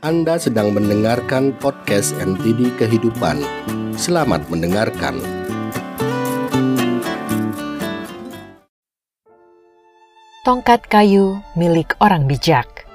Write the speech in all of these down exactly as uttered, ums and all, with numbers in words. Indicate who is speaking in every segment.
Speaker 1: Anda sedang mendengarkan podcast M T D Kehidupan. Selamat mendengarkan.
Speaker 2: Tongkat kayu milik orang bijak.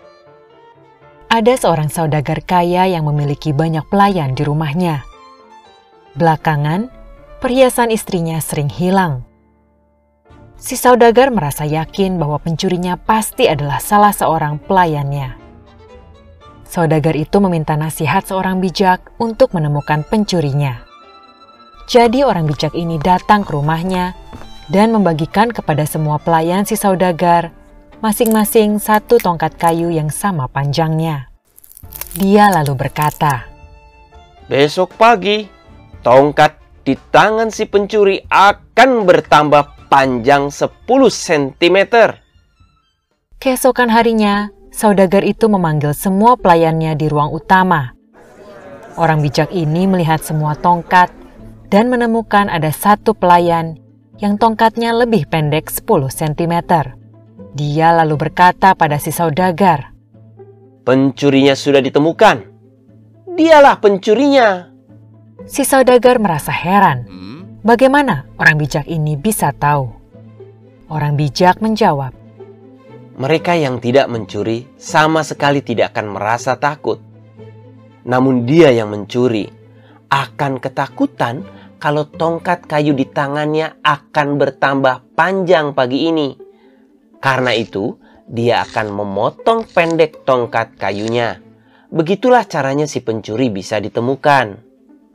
Speaker 2: Ada seorang saudagar kaya yang memiliki banyak pelayan di rumahnya. Belakangan, perhiasan istrinya sering hilang. Si saudagar merasa yakin bahwa pencurinya pasti adalah salah seorang pelayannya. Saudagar itu meminta nasihat seorang bijak untuk menemukan pencurinya. Jadi orang bijak ini datang ke rumahnya dan membagikan kepada semua pelayan si saudagar masing-masing satu tongkat kayu yang sama panjangnya. Dia lalu berkata,
Speaker 3: "Besok pagi, tongkat di tangan si pencuri akan bertambah panjang sepuluh sentimeter.
Speaker 2: Keesokan harinya, saudagar itu memanggil semua pelayannya di ruang utama. Orang bijak ini melihat semua tongkat dan menemukan ada satu pelayan yang tongkatnya lebih pendek sepuluh sentimeter. Dia lalu berkata pada si saudagar,
Speaker 3: "Pencurinya sudah ditemukan. Dialah pencurinya."
Speaker 2: Si saudagar merasa heran. Bagaimana orang bijak ini bisa tahu? Orang bijak menjawab,
Speaker 3: "Mereka yang tidak mencuri sama sekali tidak akan merasa takut. Namun dia yang mencuri akan ketakutan kalau tongkat kayu di tangannya akan bertambah panjang pagi ini. Karena itu, dia akan memotong pendek tongkat kayunya. Begitulah caranya si pencuri bisa ditemukan."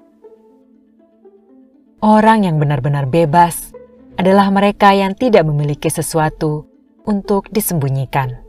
Speaker 2: Orang yang benar-benar bebas adalah mereka yang tidak memiliki sesuatu untuk disembunyikan.